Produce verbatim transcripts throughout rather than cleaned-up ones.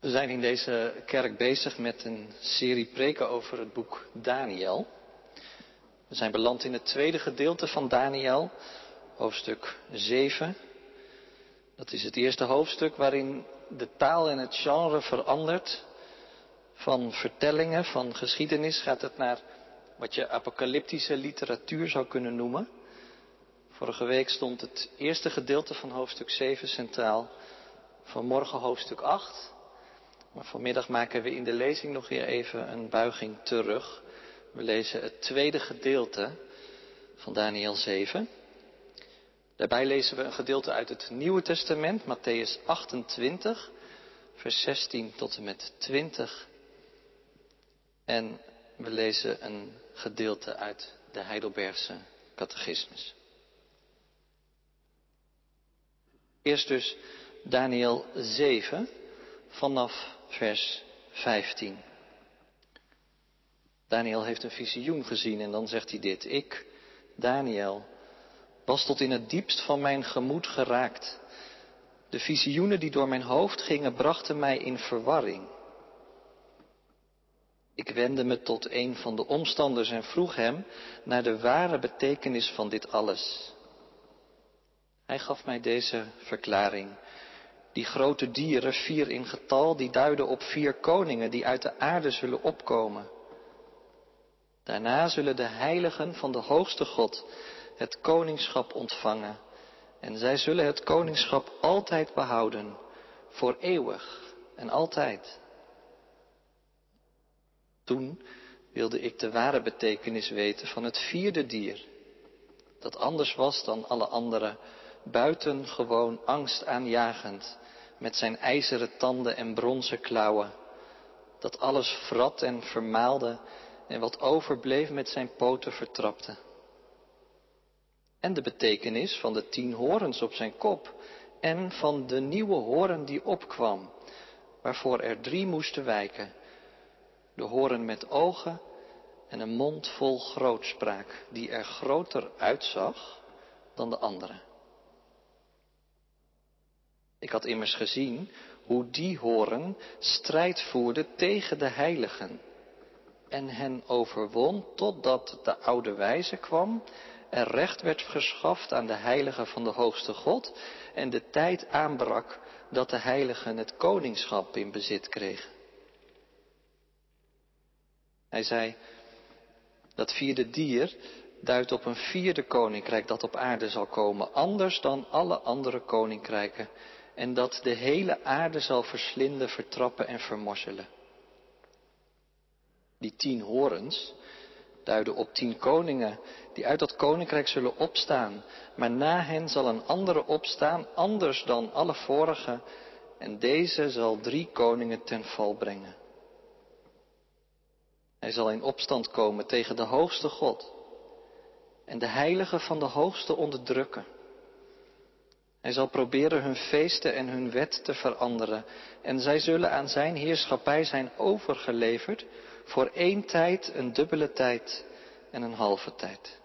We zijn in deze kerk bezig met een serie preken over het boek Daniël. We zijn beland in het tweede gedeelte van Daniël, hoofdstuk zeven. Dat is het eerste hoofdstuk waarin de taal en het genre verandert. Van vertellingen, van geschiedenis gaat het naar wat je apocalyptische literatuur zou kunnen noemen. Vorige week stond het eerste gedeelte van hoofdstuk zeven centraal. Vanmorgen hoofdstuk acht. Maar vanmiddag maken we in de lezing nog weer even een buiging terug. We lezen het tweede gedeelte van Daniël zeven. Daarbij lezen we een gedeelte uit het Nieuwe Testament, Mattheüs achtentwintig, vers zestien tot en met twintig. En we lezen een gedeelte uit de Heidelbergse catechismus. Eerst dus Daniël zeven, vanaf vers vijftien. Daniël heeft een visioen gezien en dan zegt hij dit. Ik, Daniël, was tot in het diepst van mijn gemoed geraakt. De visioenen die door mijn hoofd gingen, brachten mij in verwarring. Ik wendde me tot een van de omstanders en vroeg hem naar de ware betekenis van dit alles. Hij gaf mij deze verklaring. Die grote dieren, vier in getal, die duiden op vier koningen die uit de aarde zullen opkomen. Daarna zullen de heiligen van de hoogste God het koningschap ontvangen. En zij zullen het koningschap altijd behouden, voor eeuwig en altijd. Toen wilde ik de ware betekenis weten van het vierde dier, dat anders was dan alle andere, buitengewoon angstaanjagend, met zijn ijzeren tanden en bronzen klauwen, dat alles vrat en vermaalde en wat overbleef met zijn poten vertrapte. En de betekenis van de tien horens op zijn kop en van de nieuwe horen die opkwam, waarvoor er drie moesten wijken. De horen met ogen en een mond vol grootspraak, die er groter uitzag dan de andere. Ik had immers gezien hoe die horen strijd voerde tegen de heiligen en hen overwon totdat de oude wijze kwam, er recht werd geschaft aan de heiligen van de hoogste God en de tijd aanbrak dat de heiligen het koningschap in bezit kregen. Hij zei, dat vierde dier duidt op een vierde koninkrijk dat op aarde zal komen, anders dan alle andere koninkrijken, en dat de hele aarde zal verslinden, vertrappen en vermorzelen. Die tien horens duiden op tien koningen die uit dat koninkrijk zullen opstaan, maar na hen zal een andere opstaan, anders dan alle vorige, en deze zal drie koningen ten val brengen. Hij zal in opstand komen tegen de hoogste God en de heiligen van de hoogste onderdrukken. Hij zal proberen hun feesten en hun wet te veranderen en zij zullen aan zijn heerschappij zijn overgeleverd voor één tijd, een dubbele tijd en een halve tijd.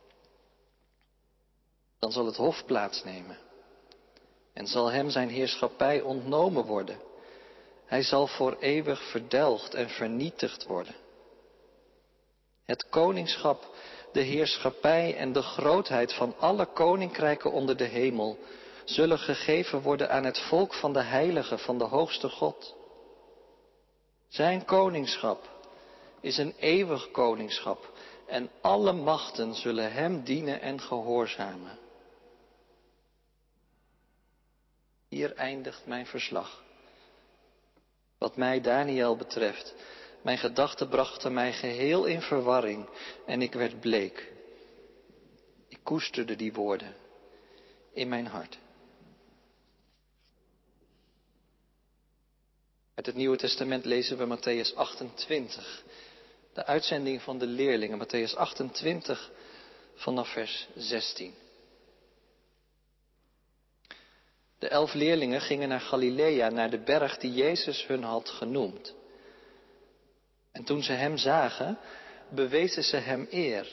Dan zal het hof plaatsnemen en zal hem zijn heerschappij ontnomen worden. Hij zal voor eeuwig verdelgd en vernietigd worden. Het koningschap, de heerschappij en de grootheid van alle koninkrijken onder de hemel zullen gegeven worden aan het volk van de heiligen van de hoogste God. Zijn koningschap is een eeuwig koningschap en alle machten zullen hem dienen en gehoorzamen. Hier eindigt mijn verslag. Wat mij, Daniël, betreft, mijn gedachten brachten mij geheel in verwarring en ik werd bleek. Ik koesterde die woorden in mijn hart. Uit het Nieuwe Testament lezen we Mattheüs achtentwintig. De uitzending van de leerlingen, Mattheüs achtentwintig vanaf vers zestien. De elf leerlingen gingen naar Galilea, naar de berg die Jezus hun had genoemd. En toen ze hem zagen, bewezen ze hem eer.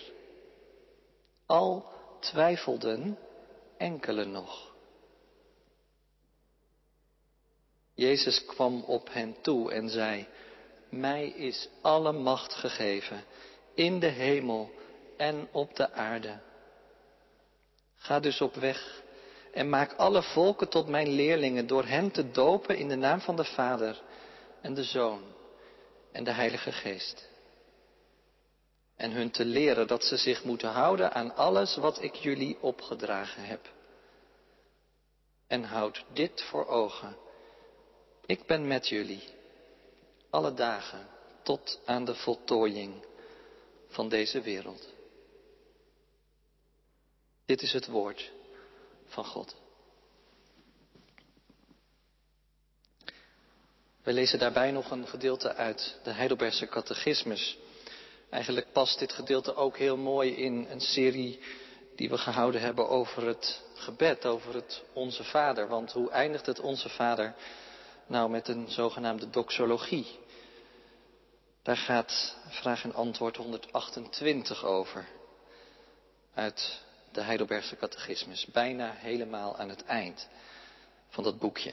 Al twijfelden enkele nog. Jezus kwam op hen toe en zei: mij is alle macht gegeven in de hemel en op de aarde. Ga dus op weg en maak alle volken tot mijn leerlingen door hen te dopen in de naam van de Vader en de Zoon en de Heilige Geest. En hun te leren dat ze zich moeten houden aan alles wat ik jullie opgedragen heb. En houd dit voor ogen: ik ben met jullie alle dagen tot aan de voltooiing van deze wereld. Dit is het woord van God. We lezen daarbij nog een gedeelte uit de Heidelbergse Catechismus. Eigenlijk past dit gedeelte ook heel mooi in een serie die we gehouden hebben over het gebed, over het Onze Vader. Want hoe eindigt het Onze Vader? Nou, met een zogenaamde doxologie. Daar gaat vraag en antwoord honderdachtentwintig over. Uit de Heidelbergse Catechismus. Bijna helemaal aan het eind van dat boekje.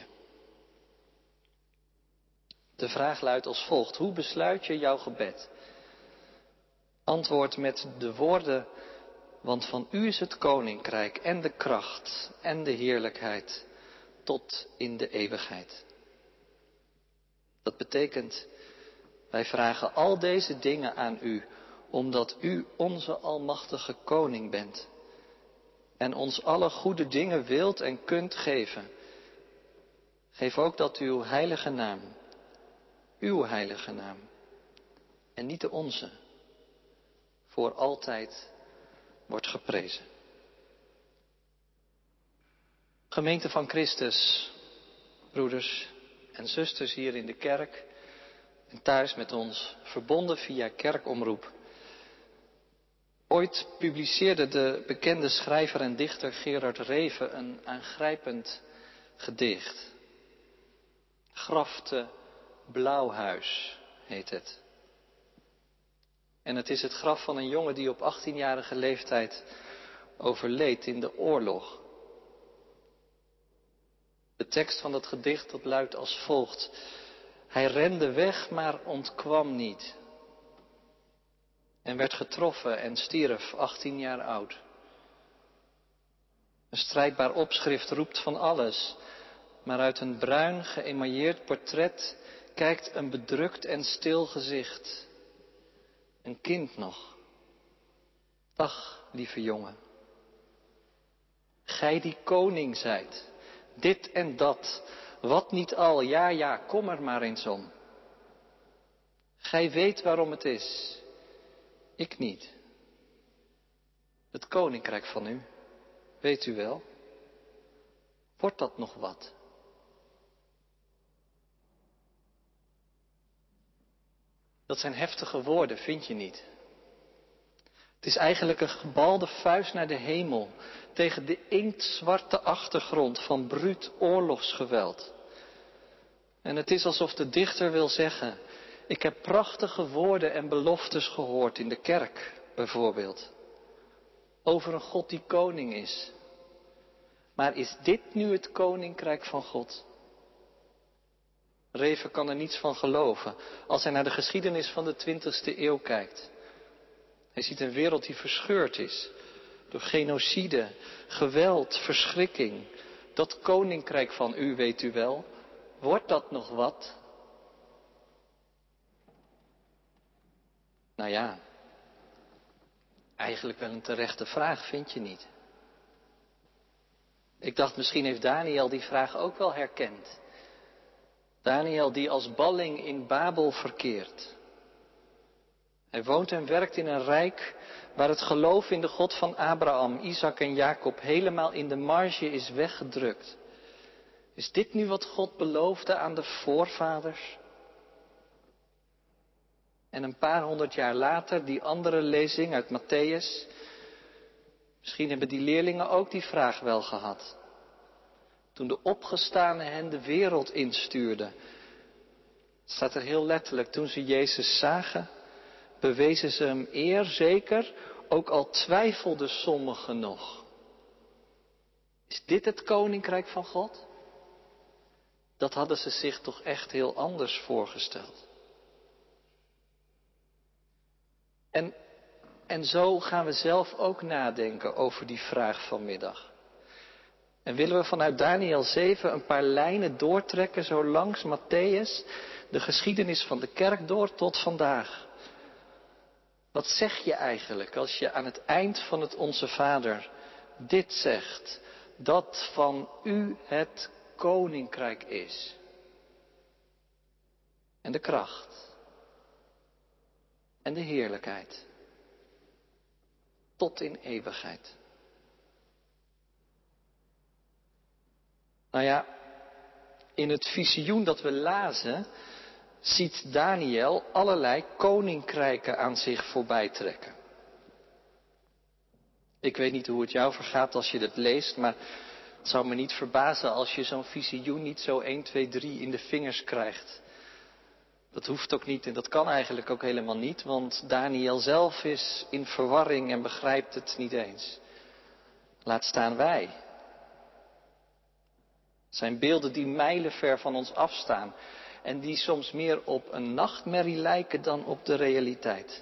De vraag luidt als volgt: hoe besluit je jouw gebed? Antwoord met de woorden: want van u is het koninkrijk en de kracht en de heerlijkheid tot in de eeuwigheid. Dat betekent, wij vragen al deze dingen aan u, omdat u onze almachtige koning bent. En ons alle goede dingen wilt en kunt geven. Geef ook dat uw heilige naam, uw heilige naam, en niet de onze, voor altijd wordt geprezen. Gemeente van Christus, broeders en zusters hier in de kerk en thuis met ons, verbonden via kerkomroep. Ooit publiceerde de bekende schrijver en dichter Gerard Reven een aangrijpend gedicht. Grafte Blauwhuis heet het. En het is het graf van een jongen die op achttienjarige leeftijd overleed in de oorlog. De tekst van dat gedicht dat luidt als volgt: hij rende weg, maar ontkwam niet. En werd getroffen en stierf achttien jaar oud. Een strijdbaar opschrift roept van alles, maar uit een bruin geëmailleerd portret kijkt een bedrukt en stil gezicht. Een kind nog. Dag, lieve jongen. Gij die koning zijt, dit en dat, wat niet al, ja, ja, kom er maar eens om. Gij weet waarom het is, ik niet. Het koninkrijk van u, weet u wel? Wordt dat nog wat? Dat zijn heftige woorden, vind je niet? Het is eigenlijk een gebalde vuist naar de hemel tegen de inktzwarte achtergrond van bruut oorlogsgeweld. En het is alsof de dichter wil zeggen: ik heb prachtige woorden en beloftes gehoord in de kerk, bijvoorbeeld. Over een God die koning is. Maar is dit nu het koninkrijk van God? Reven kan er niets van geloven als hij naar de geschiedenis van de twintigste eeuw kijkt. Hij ziet een wereld die verscheurd is door genocide, geweld, verschrikking. Dat koninkrijk van u, weet u wel, wordt dat nog wat? Nou ja, eigenlijk wel een terechte vraag, vind je niet? Ik dacht, misschien heeft Daniel die vraag ook wel herkend. Daniel die als balling in Babel verkeert. Hij woont en werkt in een rijk waar het geloof in de God van Abraham, Isaac en Jacob helemaal in de marge is weggedrukt. Is dit nu wat God beloofde aan de voorvaders? En een paar honderd jaar later, die andere lezing uit Matthäus. Misschien hebben die leerlingen ook die vraag wel gehad. Toen de opgestane hen de wereld instuurde. Staat er heel letterlijk, toen ze Jezus zagen, bewezen ze hem eer zeker, ook al twijfelden sommigen nog. Is dit het koninkrijk van God? Dat hadden ze zich toch echt heel anders voorgesteld. En, en zo gaan we zelf ook nadenken over die vraag vanmiddag. En willen we vanuit Daniël zeven een paar lijnen doortrekken, zo langs Mattheüs, de geschiedenis van de kerk door tot vandaag. Wat zeg je eigenlijk als je aan het eind van het Onze Vader dit zegt? Dat van u het koninkrijk is. En de kracht. En de heerlijkheid. Tot in eeuwigheid. Nou ja, in het visioen dat we lazen, ziet Daniël allerlei koninkrijken aan zich voorbij trekken. Ik weet niet hoe het jou vergaat als je dit leest, maar het zou me niet verbazen als je zo'n visioen niet zo één, twee, drie in de vingers krijgt. Dat hoeft ook niet en dat kan eigenlijk ook helemaal niet, want Daniël zelf is in verwarring en begrijpt het niet eens. Laat staan wij. Het zijn beelden die mijlenver van ons afstaan en die soms meer op een nachtmerrie lijken dan op de realiteit.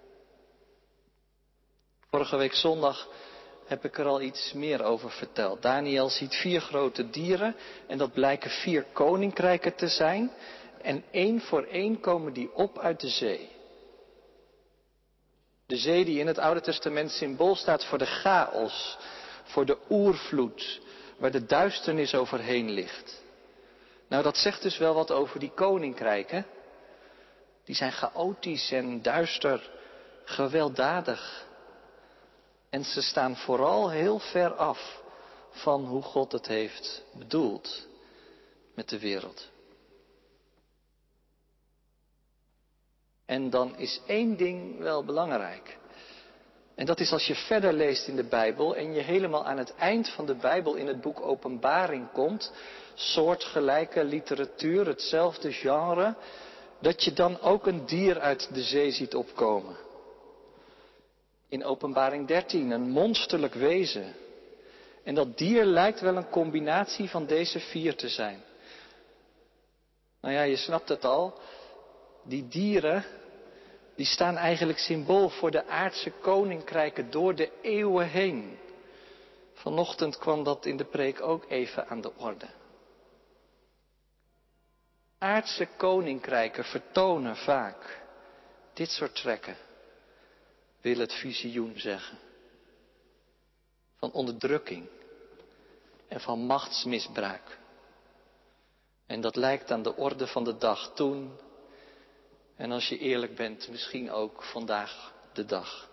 Vorige week zondag heb ik er al iets meer over verteld. Daniël ziet vier grote dieren en dat blijken vier koninkrijken te zijn. En één voor één komen die op uit de zee. De zee die in het Oude Testament symbool staat voor de chaos, voor de oervloed, waar de duisternis overheen ligt. Nou, dat zegt dus wel wat over die koninkrijken. Die zijn chaotisch en duister, gewelddadig. En ze staan vooral heel ver af van hoe God het heeft bedoeld met de wereld. En dan is één ding wel belangrijk. En dat is als je verder leest in de Bijbel en je helemaal aan het eind van de Bijbel in het boek Openbaring komt, soortgelijke literatuur, hetzelfde genre, dat je dan ook een dier uit de zee ziet opkomen. In Openbaring dertien, een monsterlijk wezen. En dat dier lijkt wel een combinatie van deze vier te zijn. Nou ja, je snapt het al. Die dieren, die staan eigenlijk symbool voor de aardse koninkrijken door de eeuwen heen. Vanochtend kwam dat in de preek ook even aan de orde. Aardse koninkrijken vertonen vaak dit soort trekken, wil het visioen zeggen. Van onderdrukking en van machtsmisbruik. En dat lijkt aan de orde van de dag toen. En als je eerlijk bent, misschien ook vandaag de dag.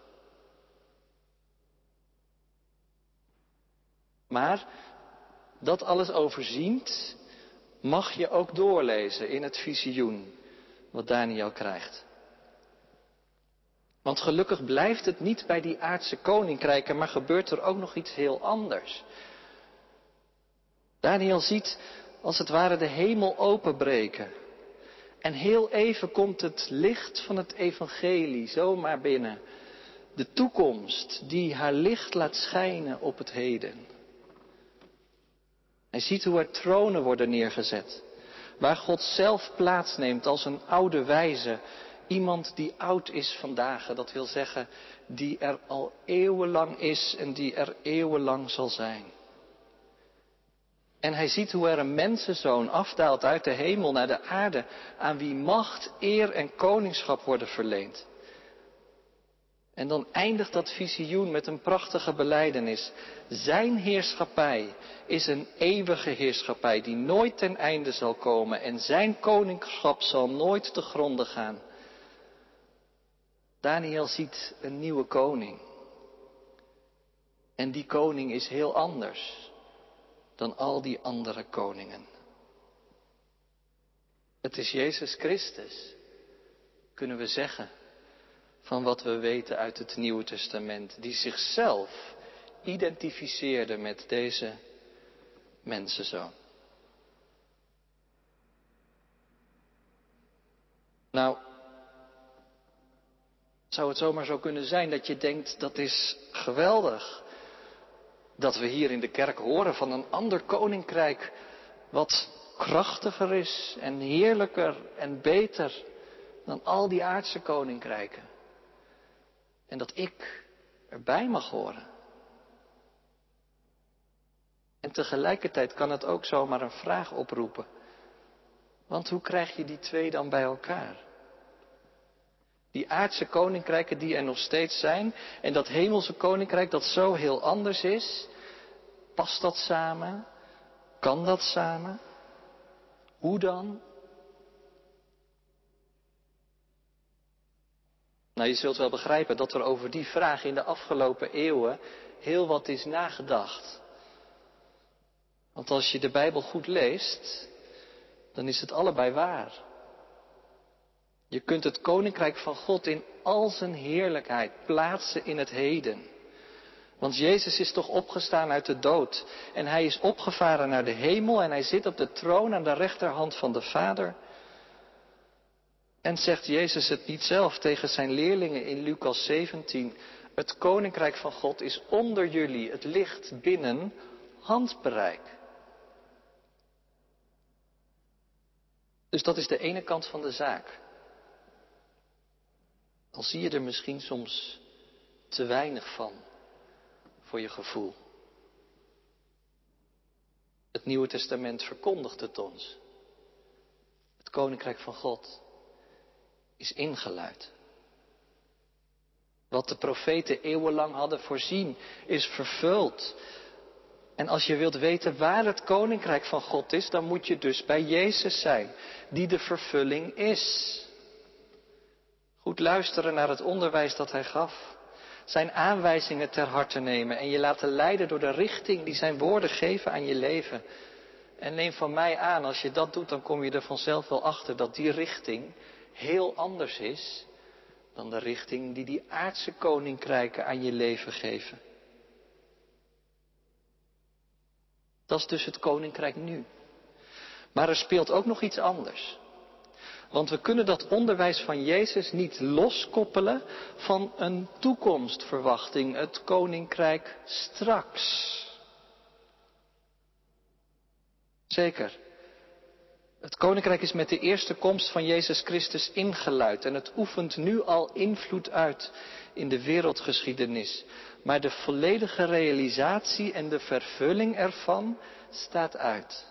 Maar dat alles overziend mag je ook doorlezen in het visioen wat Daniël krijgt. Want gelukkig blijft het niet bij die aardse koninkrijken, maar gebeurt er ook nog iets heel anders. Daniël ziet als het ware de hemel openbreken. En heel even komt het licht van het evangelie zomaar binnen. De toekomst die haar licht laat schijnen op het heden. Hij ziet hoe er tronen worden neergezet. Waar God zelf plaatsneemt als een oude wijze. Iemand die oud is vandaag, dat wil zeggen die er al eeuwenlang is en die er eeuwenlang zal zijn. En hij ziet hoe er een mensenzoon afdaalt uit de hemel naar de aarde, aan wie macht, eer en koningschap worden verleend. En dan eindigt dat visioen met een prachtige belijdenis. Zijn heerschappij is een eeuwige heerschappij die nooit ten einde zal komen en zijn koningschap zal nooit te gronde gaan. Daniël ziet een nieuwe koning. En die koning is heel anders dan al die andere koningen. Het is Jezus Christus, kunnen we zeggen, van wat we weten uit het Nieuwe Testament, die zichzelf identificeerde met deze mensenzoon. Nou, zou het zomaar zo kunnen zijn dat je denkt, dat is geweldig. Dat we hier in de kerk horen van een ander koninkrijk wat krachtiger is en heerlijker en beter dan al die aardse koninkrijken. En dat ik erbij mag horen. En tegelijkertijd kan het ook zomaar een vraag oproepen. Want hoe krijg je die twee dan bij elkaar? Die aardse koninkrijken die er nog steeds zijn en dat hemelse koninkrijk dat zo heel anders is. Past dat samen? Kan dat samen? Hoe dan? Nou, je zult wel begrijpen dat er over die vraag in de afgelopen eeuwen heel wat is nagedacht. Want als je de Bijbel goed leest, dan is het allebei waar. Je kunt het koninkrijk van God in al zijn heerlijkheid plaatsen in het heden. Want Jezus is toch opgestaan uit de dood. En hij is opgevaren naar de hemel en hij zit op de troon aan de rechterhand van de Vader. En zegt Jezus het niet zelf tegen zijn leerlingen in Lucas zeventien. Het koninkrijk van God is onder jullie, het ligt binnen handbereik. Dus dat is de ene kant van de zaak. Al zie je er misschien soms te weinig van voor je gevoel. Het Nieuwe Testament verkondigt het ons. Het koninkrijk van God is ingeluid. Wat de profeten eeuwenlang hadden voorzien is vervuld. En als je wilt weten waar het koninkrijk van God is, dan moet je dus bij Jezus zijn, die de vervulling is. Goed luisteren naar het onderwijs dat hij gaf. Zijn aanwijzingen ter harte nemen en je laten leiden door de richting die zijn woorden geven aan je leven. En neem van mij aan, als je dat doet, dan kom je er vanzelf wel achter dat die richting heel anders is dan de richting die die aardse koninkrijken aan je leven geven. Dat is dus het koninkrijk nu. Maar er speelt ook nog iets anders. Want we kunnen dat onderwijs van Jezus niet loskoppelen van een toekomstverwachting, het koninkrijk straks. Zeker. Het koninkrijk is met de eerste komst van Jezus Christus ingeluid en het oefent nu al invloed uit in de wereldgeschiedenis. Maar de volledige realisatie en de vervulling ervan staat uit.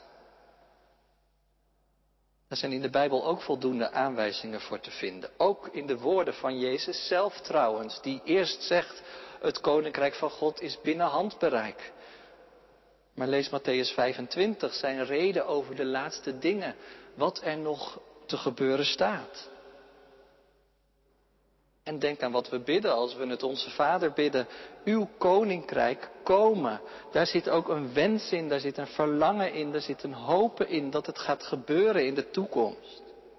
Daar zijn in de Bijbel ook voldoende aanwijzingen voor te vinden. Ook in de woorden van Jezus zelf trouwens, die eerst zegt, het koninkrijk van God is binnen handbereik. Maar lees Matthäus vijfentwintig, zijn reden over de laatste dingen, wat er nog te gebeuren staat. En denk aan wat we bidden als we het onze Vader bidden. Uw koninkrijk komen. Daar zit ook een wens in, daar zit een verlangen in, daar zit een hopen in dat het gaat gebeuren in de toekomst.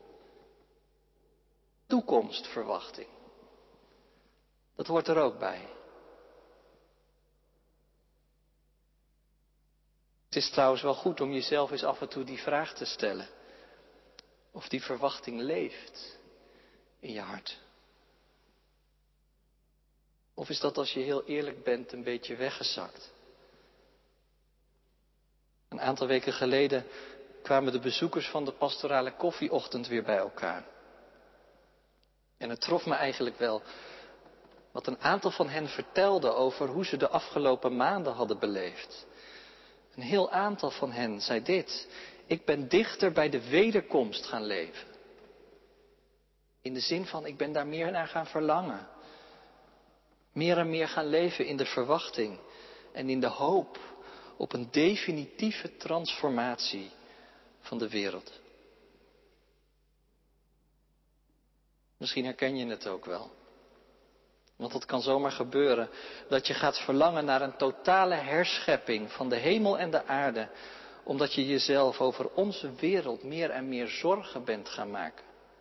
Toekomstverwachting. Dat hoort er ook bij. Het is trouwens wel goed om jezelf eens af en toe die vraag te stellen. Of die verwachting leeft in je hart. Of is dat als je heel eerlijk bent een beetje weggezakt? Een aantal weken geleden kwamen de bezoekers van de pastorale koffieochtend weer bij elkaar. En het trof me eigenlijk wel wat een aantal van hen vertelde over hoe ze de afgelopen maanden hadden beleefd. Een heel aantal van hen zei dit: ik ben dichter bij de wederkomst gaan leven. In de zin van, ik ben daar meer naar gaan verlangen. Meer en meer gaan leven in de verwachting en in de hoop op een definitieve transformatie van de wereld. Misschien herken je het ook wel. Want het kan zomaar gebeuren dat je gaat verlangen naar een totale herschepping van de hemel en de aarde, omdat je jezelf over onze wereld meer en meer zorgen bent gaan maken.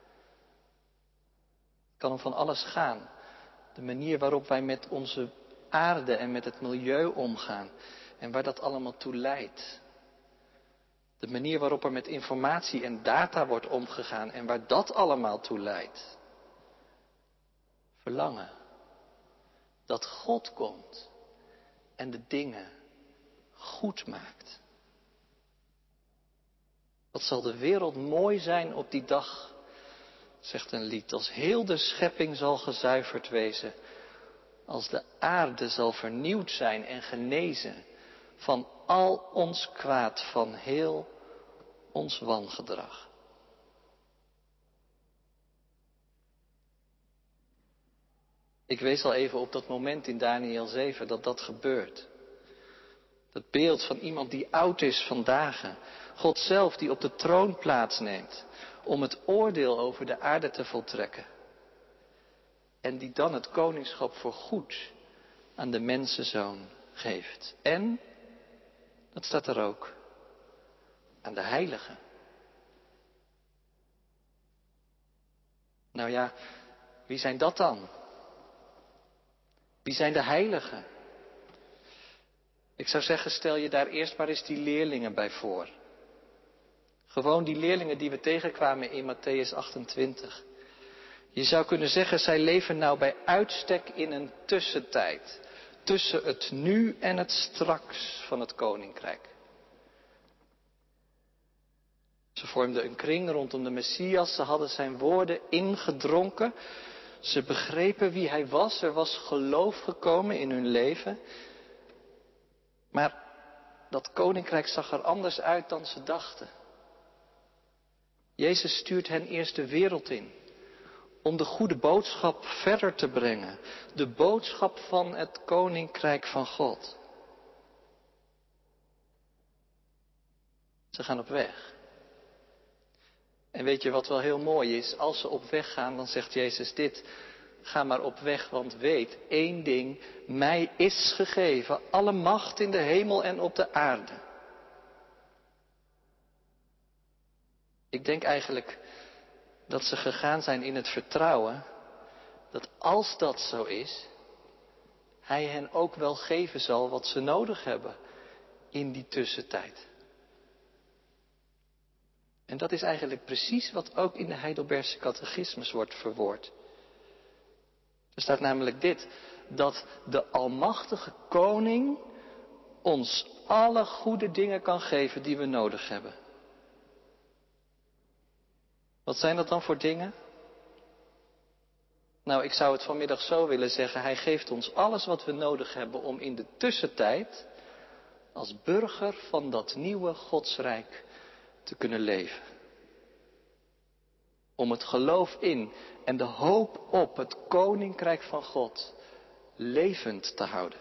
Het kan om van alles gaan. De manier waarop wij met onze aarde en met het milieu omgaan en waar dat allemaal toe leidt. De manier waarop er met informatie en data wordt omgegaan en waar dat allemaal toe leidt. Verlangen dat God komt en de dingen goed maakt. Wat zal de wereld mooi zijn op die dag, zegt een lied, als heel de schepping zal gezuiverd wezen, als de aarde zal vernieuwd zijn en genezen van al ons kwaad, van heel ons wangedrag. Ik wees al even op dat moment in Daniël zeven dat dat gebeurt. Dat beeld van iemand die oud is van dagen. God zelf die op de troon plaatsneemt om het oordeel over de aarde te voltrekken. En die dan het koningschap voor goed aan de mensenzoon geeft. En, dat staat er ook, aan de heiligen. Nou ja, wie zijn dat dan? Wie zijn de heiligen? Ik zou zeggen, stel je daar eerst maar eens die leerlingen bij voor. Gewoon die leerlingen die we tegenkwamen in Matthäus achtentwintig. Je zou kunnen zeggen, zij leven nou bij uitstek in een tussentijd. Tussen het nu en het straks van het koninkrijk. Ze vormden een kring rondom de Messias. Ze hadden zijn woorden ingedronken. Ze begrepen wie hij was. Er was geloof gekomen in hun leven. Maar dat koninkrijk zag er anders uit dan ze dachten. Jezus stuurt hen eerst de wereld in. Om de goede boodschap verder te brengen. De boodschap van het koninkrijk van God. Ze gaan op weg. En weet je wat wel heel mooi is? Als ze op weg gaan, dan zegt Jezus dit. Ga maar op weg, want weet één ding. Mij is gegeven alle macht in de hemel en op de aarde. Ik denk eigenlijk dat ze gegaan zijn in het vertrouwen dat als dat zo is, hij hen ook wel geven zal wat ze nodig hebben in die tussentijd. En dat is eigenlijk precies wat ook in de Heidelbergse catechismus wordt verwoord. Er staat namelijk dit, dat de almachtige koning ons alle goede dingen kan geven die we nodig hebben. Wat zijn dat dan voor dingen? Nou, ik zou het vanmiddag zo willen zeggen, hij geeft ons alles wat we nodig hebben om in de tussentijd als burger van dat nieuwe Godsrijk te kunnen leven. Om het geloof in en de hoop op het koninkrijk van God levend te houden.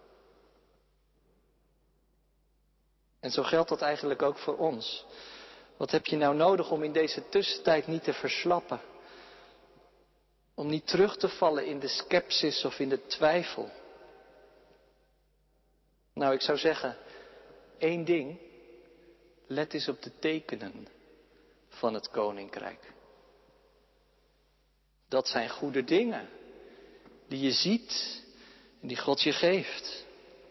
En zo geldt dat eigenlijk ook voor ons. Wat heb je nou nodig om in deze tussentijd niet te verslappen? Om niet terug te vallen in de scepsis of in de twijfel? Nou, ik zou zeggen, één ding. Let eens op de tekenen van het koninkrijk. Dat zijn goede dingen die je ziet en die God je geeft.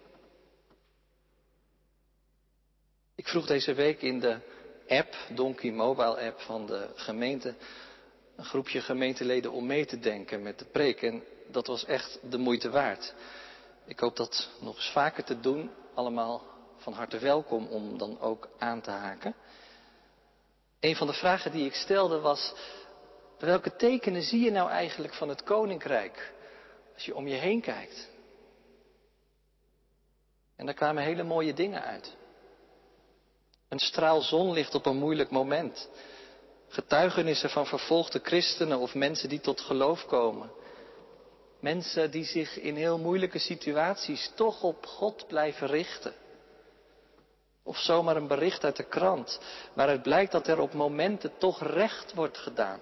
Ik vroeg deze week in de app, Donkey Mobile app van de gemeente, een groepje gemeenteleden om mee te denken met de preek. En dat was echt de moeite waard. Ik hoop dat nog eens vaker te doen. Allemaal van harte welkom om dan ook aan te haken. Een van de vragen die ik stelde was, welke tekenen zie je nou eigenlijk van het koninkrijk als je om je heen kijkt? En daar kwamen hele mooie dingen uit. Een straal zonlicht op een moeilijk moment. Getuigenissen van vervolgde christenen of mensen die tot geloof komen. Mensen die zich in heel moeilijke situaties toch op God blijven richten. Of zomaar een bericht uit de krant waaruit blijkt dat er op momenten toch recht wordt gedaan.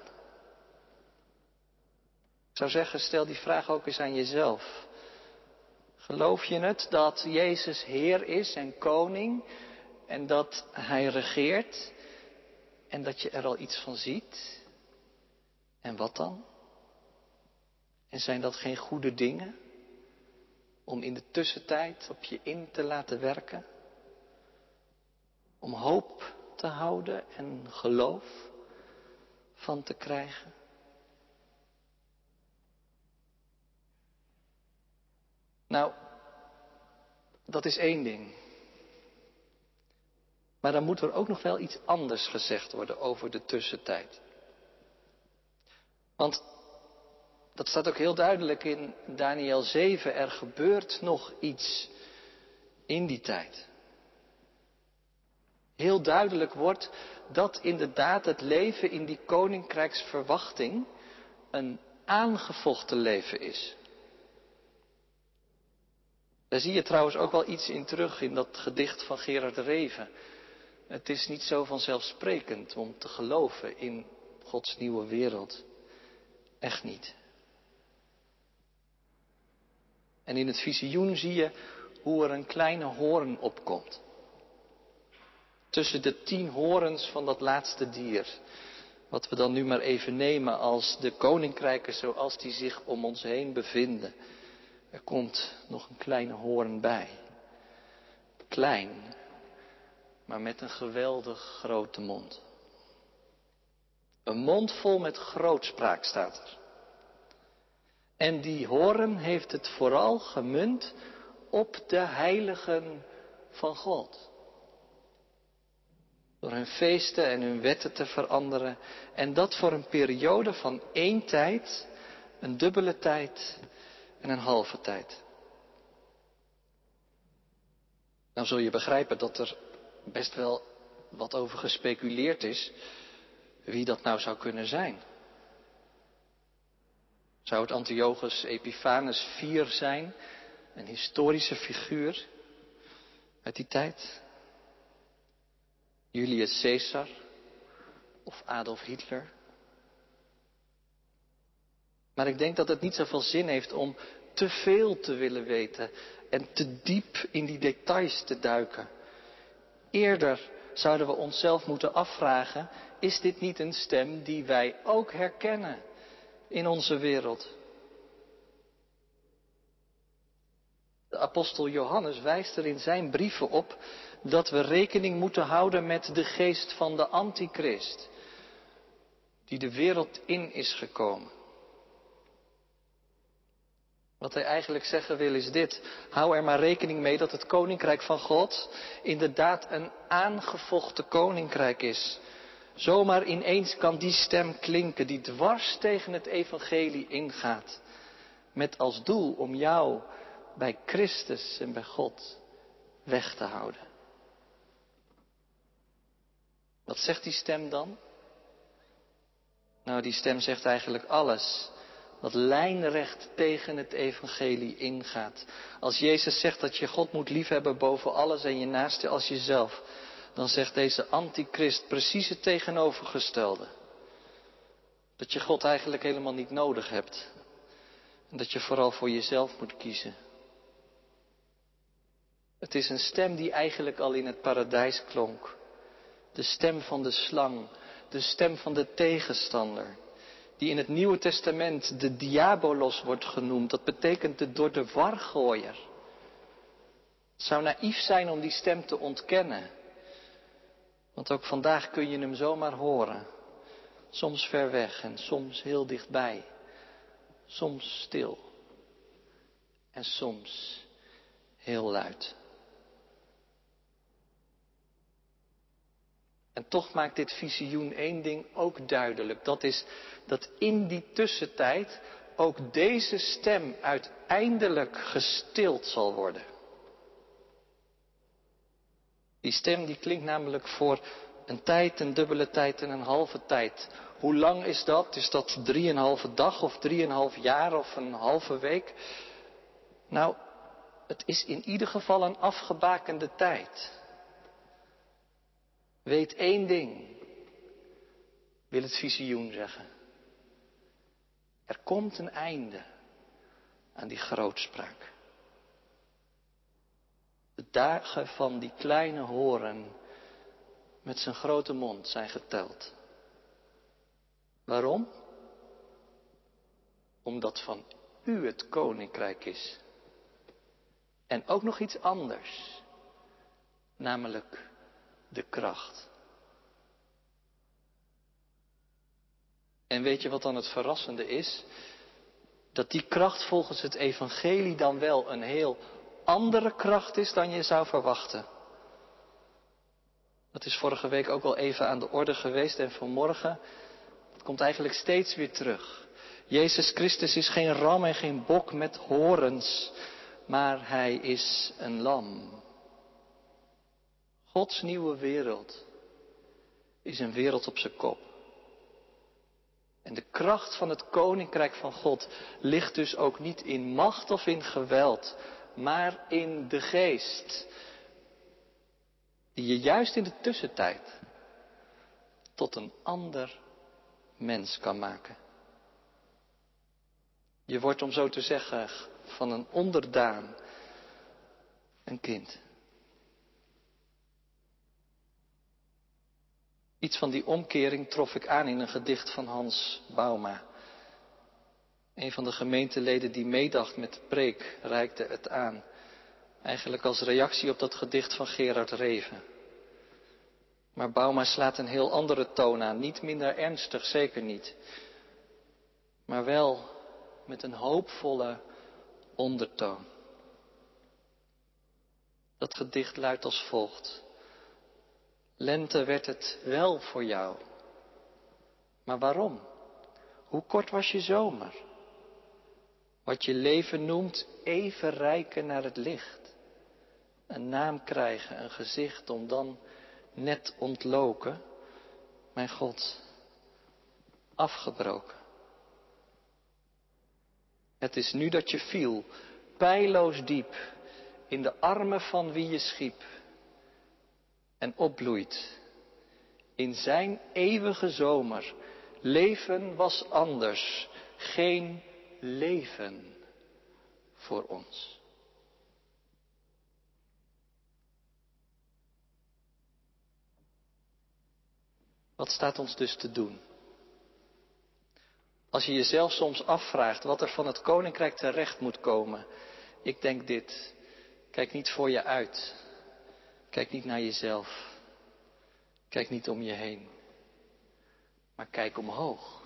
Ik zou zeggen, stel die vraag ook eens aan jezelf. Geloof je het dat Jezus Heer is en koning en dat Hij regeert en dat je er al iets van ziet? En wat dan? En zijn dat geen goede dingen om in de tussentijd op je in te laten werken? Om hoop te houden en geloof van te krijgen? Nou, dat is één ding. Maar dan moet er ook nog wel iets anders gezegd worden over de tussentijd. Want dat staat ook heel duidelijk in Daniël zeven. Er gebeurt nog iets in die tijd. Heel duidelijk wordt dat inderdaad het leven in die koninkrijksverwachting een aangevochten leven is. Daar zie je trouwens ook wel iets in terug in dat gedicht van Gerard Reven. Het is niet zo vanzelfsprekend om te geloven in Gods nieuwe wereld. Echt niet. En in het visioen zie je hoe er een kleine hoorn opkomt. Tussen de tien horens van dat laatste dier. Wat we dan nu maar even nemen als de koninkrijken zoals die zich om ons heen bevinden. Er komt nog een kleine hoorn bij. Klein, maar met een geweldig grote mond. Een mond vol met grootspraak staat er. En die hoorn heeft het vooral gemunt op de heiligen van God. Door hun feesten en hun wetten te veranderen. En dat voor een periode van één tijd, een dubbele tijd en een halve tijd. Nou zul je begrijpen dat er best wel wat over gespeculeerd is wie dat nou zou kunnen zijn. Zou het Antiochus Epiphanes de vierde zijn, een historische figuur uit die tijd? Julius Caesar of Adolf Hitler? Maar ik denk dat het niet zoveel zin heeft om te veel te willen weten en te diep in die details te duiken. Eerder zouden we onszelf moeten afvragen, is dit niet een stem die wij ook herkennen in onze wereld? De apostel Johannes wijst er in zijn brieven op dat we rekening moeten houden met de geest van de antichrist, die de wereld in is gekomen. Wat hij eigenlijk zeggen wil is dit: hou er maar rekening mee dat het koninkrijk van God inderdaad een aangevochten koninkrijk is. Zomaar ineens kan die stem klinken die dwars tegen het evangelie ingaat. Met als doel om jou bij Christus en bij God weg te houden. Wat zegt die stem dan? Nou, die stem zegt eigenlijk alles wat lijnrecht tegen het evangelie ingaat. Als Jezus zegt dat je God moet liefhebben boven alles en je naaste als jezelf, dan zegt deze antichrist precies het tegenovergestelde. Dat je God eigenlijk helemaal niet nodig hebt. En dat je vooral voor jezelf moet kiezen. Het is een stem die eigenlijk al in het paradijs klonk. De stem van de slang, de stem van de tegenstander. Die in het Nieuwe Testament de diabolos wordt genoemd. Dat betekent de door de war gooier. Het zou naïef zijn om die stem te ontkennen. Want ook vandaag kun je hem zomaar horen. Soms ver weg en soms heel dichtbij. Soms stil. En soms heel luid. En toch maakt dit visioen één ding ook duidelijk. Dat is dat in die tussentijd ook deze stem uiteindelijk gestild zal worden. Die stem die klinkt namelijk voor een tijd, een dubbele tijd en een halve tijd. Hoe lang is dat? Is dat drieënhalve dag of drieënhalf jaar of een halve week? Nou, het is in ieder geval een afgebakende tijd. Weet één ding, wil het visioen zeggen. Er komt een einde aan die grootspraak. De dagen van die kleine hoorn met zijn grote mond zijn geteld. Waarom? Omdat van u het koninkrijk is. En ook nog iets anders. Namelijk de kracht. En weet je wat dan het verrassende is? Dat die kracht volgens het evangelie dan wel een heel andere kracht is dan je zou verwachten. Dat is vorige week ook al even aan de orde geweest en vanmorgen. Het komt eigenlijk steeds weer terug. Jezus Christus is geen ram en geen bok met horens, maar hij is een lam. Gods nieuwe wereld is een wereld op zijn kop. En de kracht van het koninkrijk van God ligt dus ook niet in macht of in geweld, maar in de geest. Die je juist in de tussentijd tot een ander mens kan maken. Je wordt, om zo te zeggen, van een onderdaan een kind. Iets van die omkering trof ik aan in een gedicht van Hans Bauma. Een van de gemeenteleden die meedacht met de preek reikte het aan. Eigenlijk als reactie op dat gedicht van Gerard Reven. Maar Bauma slaat een heel andere toon aan. Niet minder ernstig, zeker niet. Maar wel met een hoopvolle ondertoon. Dat gedicht luidt als volgt. Lente werd het wel voor jou. Maar waarom? Hoe kort was je zomer? Wat je leven noemt even reiken naar het licht. Een naam krijgen, een gezicht om dan net ontloken. Mijn God, afgebroken. Het is nu dat je viel, pijloos diep, in de armen van wie je schiep. En opbloeit in zijn eeuwige zomer. Leven was anders, geen leven voor ons. Wat staat ons dus te doen? Als je jezelf soms afvraagt wat er van het koninkrijk terecht moet komen. Ik denk dit. Kijk niet voor je uit. Kijk niet naar jezelf. Kijk niet om je heen. Maar kijk omhoog.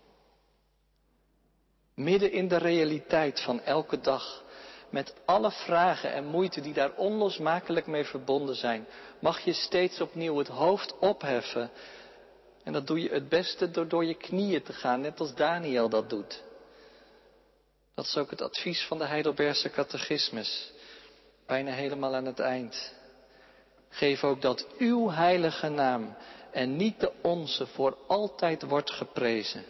Midden in de realiteit van elke dag. Met alle vragen en moeite die daar onlosmakelijk mee verbonden zijn. Mag je steeds opnieuw het hoofd opheffen. En dat doe je het beste door door je knieën te gaan. Net als Daniel dat doet. Dat is ook het advies van de Heidelbergse catechismus. Bijna helemaal aan het eind. Geef ook dat uw heilige naam en niet de onze voor altijd wordt geprezen.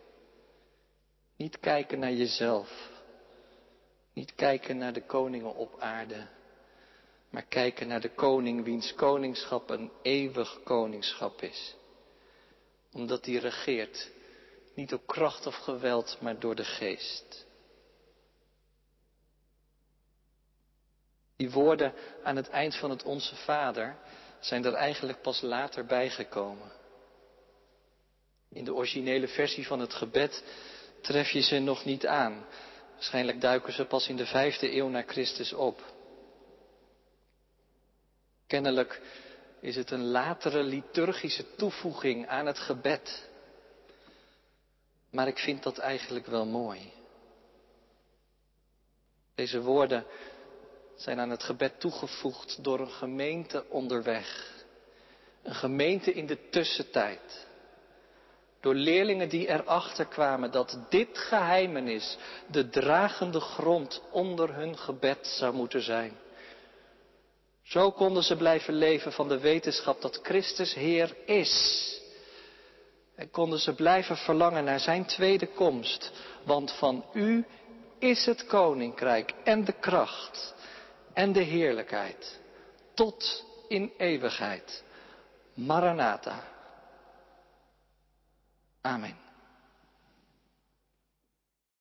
Niet kijken naar jezelf. Niet kijken naar de koningen op aarde. Maar kijken naar de koning wiens koningschap een eeuwig koningschap is. Omdat hij regeert. Niet door kracht of geweld, maar door de geest. Die woorden aan het eind van het Onze Vader zijn er eigenlijk pas later bijgekomen. In de originele versie van het gebed tref je ze nog niet aan. Waarschijnlijk duiken ze pas in de vijfde eeuw na Christus op. Kennelijk is het een latere liturgische toevoeging aan het gebed. Maar ik vind dat eigenlijk wel mooi. Deze woorden zijn aan het gebed toegevoegd door een gemeente onderweg. Een gemeente in de tussentijd. Door leerlingen die erachter kwamen dat dit geheimenis de dragende grond onder hun gebed zou moeten zijn. Zo konden ze blijven leven van de wetenschap dat Christus Heer is. En konden ze blijven verlangen naar zijn tweede komst. Want van u is het koninkrijk en de kracht en de heerlijkheid. Tot in eeuwigheid. Maranatha. Amen.